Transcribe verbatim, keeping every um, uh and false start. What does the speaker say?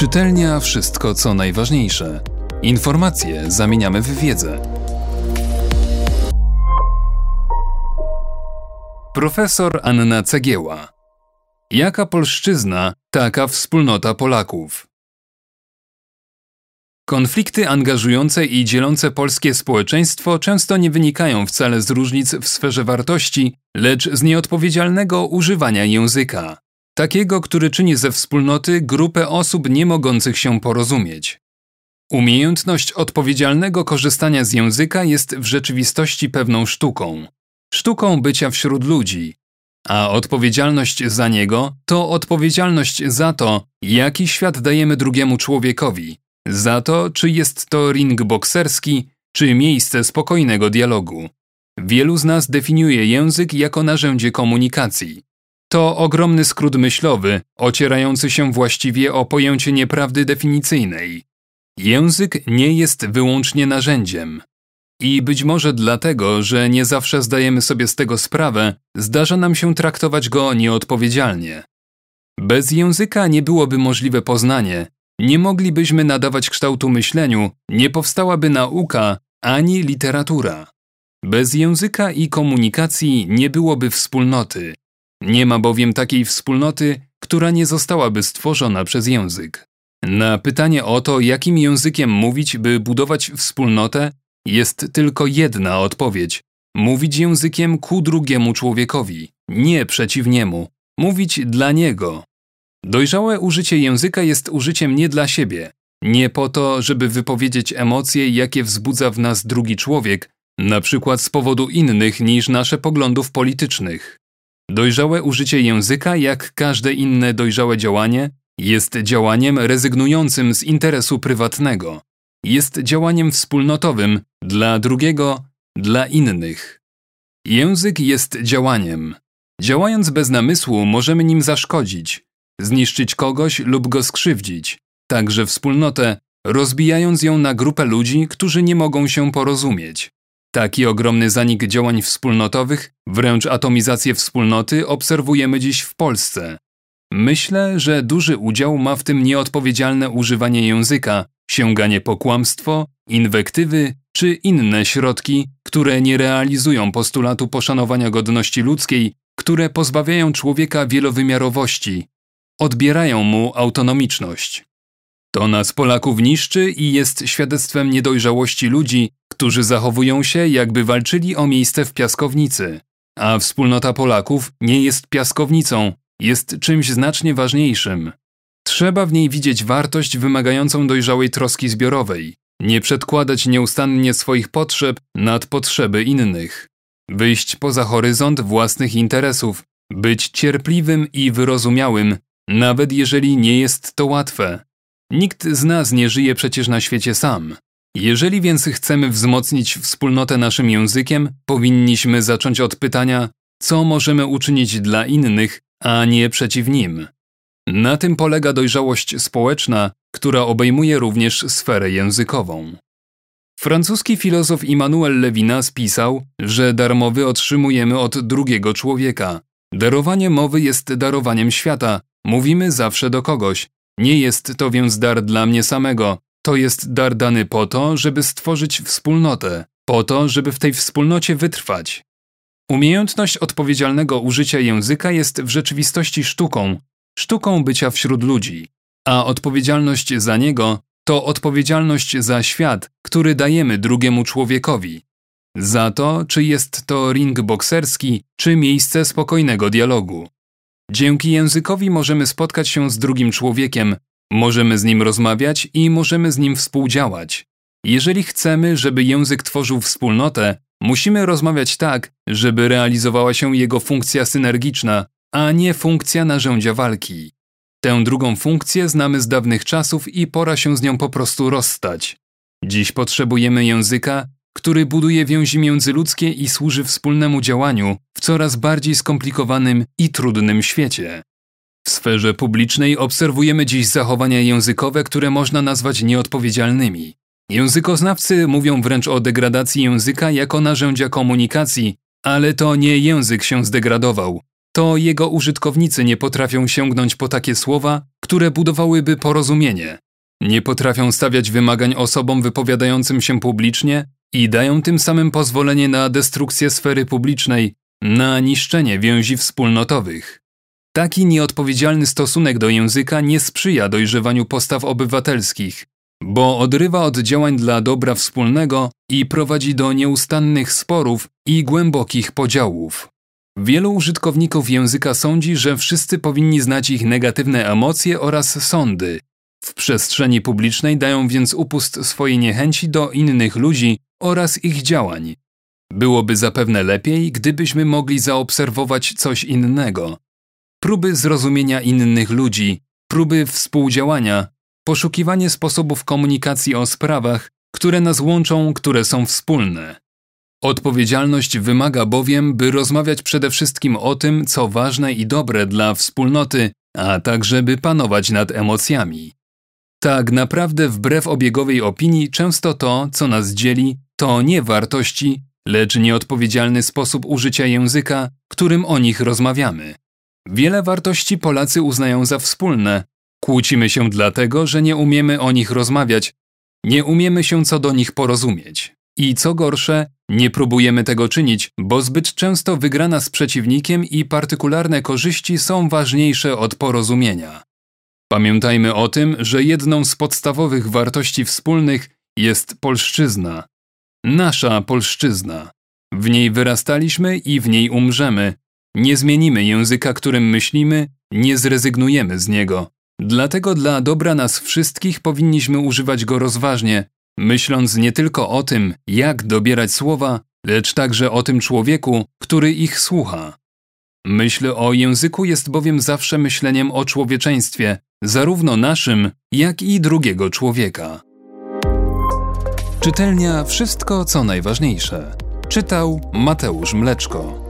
Czytelnia wszystko co najważniejsze. Informacje zamieniamy w wiedzę. Profesor Anna Cegieła. Jaka polszczyzna, taka wspólnota Polaków. Konflikty angażujące i dzielące polskie społeczeństwo często nie wynikają wcale z różnic w sferze wartości, lecz z nieodpowiedzialnego używania języka. Takiego, który czyni ze wspólnoty grupę osób nie mogących się porozumieć. Umiejętność odpowiedzialnego korzystania z języka jest w rzeczywistości pewną sztuką. Sztuką bycia wśród ludzi. A odpowiedzialność za niego to odpowiedzialność za to, jaki świat dajemy drugiemu człowiekowi. Za to, czy jest to ring bokserski, czy miejsce spokojnego dialogu. Wielu z nas definiuje język jako narzędzie komunikacji. To ogromny skrót myślowy, ocierający się właściwie o pojęcie nieprawdy definicyjnej. Język nie jest wyłącznie narzędziem. I być może dlatego, że nie zawsze zdajemy sobie z tego sprawę, zdarza nam się traktować go nieodpowiedzialnie. Bez języka nie byłoby możliwe poznanie, nie moglibyśmy nadawać kształtu myśleniu, nie powstałaby nauka ani literatura. Bez języka i komunikacji nie byłoby wspólnoty. Nie ma bowiem takiej wspólnoty, która nie zostałaby stworzona przez język. Na pytanie o to, jakim językiem mówić, by budować wspólnotę, jest tylko jedna odpowiedź. Mówić językiem ku drugiemu człowiekowi, nie przeciw niemu. Mówić dla niego. Dojrzałe użycie języka jest użyciem nie dla siebie. Nie po to, żeby wypowiedzieć emocje, jakie wzbudza w nas drugi człowiek, na przykład z powodu innych niż nasze poglądów politycznych. Dojrzałe użycie języka, jak każde inne dojrzałe działanie, jest działaniem rezygnującym z interesu prywatnego. Jest działaniem wspólnotowym dla drugiego, dla innych. Język jest działaniem. Działając bez namysłu możemy nim zaszkodzić, zniszczyć kogoś lub go skrzywdzić, także wspólnotę, rozbijając ją na grupę ludzi, którzy nie mogą się porozumieć. Taki ogromny zanik działań wspólnotowych, wręcz atomizację wspólnoty obserwujemy dziś w Polsce. Myślę, że duży udział ma w tym nieodpowiedzialne używanie języka, sięganie po kłamstwo, inwektywy czy inne środki, które nie realizują postulatu poszanowania godności ludzkiej, które pozbawiają człowieka wielowymiarowości, odbierają mu autonomiczność. To nas Polaków niszczy i jest świadectwem niedojrzałości ludzi, którzy zachowują się, jakby walczyli o miejsce w piaskownicy. A wspólnota Polaków nie jest piaskownicą, jest czymś znacznie ważniejszym. Trzeba w niej widzieć wartość wymagającą dojrzałej troski zbiorowej, nie przedkładać nieustannie swoich potrzeb nad potrzeby innych. Wyjść poza horyzont własnych interesów, być cierpliwym i wyrozumiałym, nawet jeżeli nie jest to łatwe. Nikt z nas nie żyje przecież na świecie sam. Jeżeli więc chcemy wzmocnić wspólnotę naszym językiem, powinniśmy zacząć od pytania, co możemy uczynić dla innych, a nie przeciw nim. Na tym polega dojrzałość społeczna, która obejmuje również sferę językową. Francuski filozof Immanuel Levinas pisał, że dar mowy otrzymujemy od drugiego człowieka. Darowanie mowy jest darowaniem świata, mówimy zawsze do kogoś. Nie jest to więc dar dla mnie samego, to jest dar dany po to, żeby stworzyć wspólnotę, po to, żeby w tej wspólnocie wytrwać. Umiejętność odpowiedzialnego użycia języka jest w rzeczywistości sztuką, sztuką bycia wśród ludzi, a odpowiedzialność za niego to odpowiedzialność za świat, który dajemy drugiemu człowiekowi. Za to, czy jest to ring bokserski, czy miejsce spokojnego dialogu. Dzięki językowi możemy spotkać się z drugim człowiekiem, możemy z nim rozmawiać i możemy z nim współdziałać. Jeżeli chcemy, żeby język tworzył wspólnotę, musimy rozmawiać tak, żeby realizowała się jego funkcja synergiczna, a nie funkcja narzędzia walki. Tę drugą funkcję znamy z dawnych czasów i pora się z nią po prostu rozstać. Dziś potrzebujemy języka, który buduje więzi międzyludzkie i służy wspólnemu działaniu w coraz bardziej skomplikowanym i trudnym świecie. W sferze publicznej obserwujemy dziś zachowania językowe, które można nazwać nieodpowiedzialnymi. Językoznawcy mówią wręcz o degradacji języka jako narzędzia komunikacji, ale to nie język się zdegradował. To jego użytkownicy nie potrafią sięgnąć po takie słowa, które budowałyby porozumienie. Nie potrafią stawiać wymagań osobom wypowiadającym się publicznie i dają tym samym pozwolenie na destrukcję sfery publicznej, na niszczenie więzi wspólnotowych. Taki nieodpowiedzialny stosunek do języka nie sprzyja dojrzewaniu postaw obywatelskich, bo odrywa od działań dla dobra wspólnego i prowadzi do nieustannych sporów i głębokich podziałów. Wielu użytkowników języka sądzi, że wszyscy powinni znać ich negatywne emocje oraz sądy. W przestrzeni publicznej dają więc upust swojej niechęci do innych ludzi oraz ich działań. Byłoby zapewne lepiej, gdybyśmy mogli zaobserwować coś innego. Próby zrozumienia innych ludzi, próby współdziałania, poszukiwanie sposobów komunikacji o sprawach, które nas łączą, które są wspólne. Odpowiedzialność wymaga bowiem, by rozmawiać przede wszystkim o tym, co ważne i dobre dla wspólnoty, a także by panować nad emocjami. Tak naprawdę wbrew obiegowej opinii często to, co nas dzieli, to nie wartości, lecz nieodpowiedzialny sposób użycia języka, którym o nich rozmawiamy. Wiele wartości Polacy uznają za wspólne. Kłócimy się dlatego, że nie umiemy o nich rozmawiać, nie umiemy się co do nich porozumieć. I co gorsze, nie próbujemy tego czynić, bo zbyt często wygrana z przeciwnikiem i partykularne korzyści są ważniejsze od porozumienia. Pamiętajmy o tym, że jedną z podstawowych wartości wspólnych jest polszczyzna. Nasza polszczyzna. W niej wyrastaliśmy i w niej umrzemy. Nie zmienimy języka, którym myślimy, nie zrezygnujemy z niego. Dlatego dla dobra nas wszystkich powinniśmy używać go rozważnie, myśląc nie tylko o tym, jak dobierać słowa, lecz także o tym człowieku, który ich słucha. Myśl o języku jest bowiem zawsze myśleniem o człowieczeństwie, zarówno naszym, jak i drugiego człowieka. Czytelnia Wszystko, co najważniejsze. Czytał Mateusz Mleczko.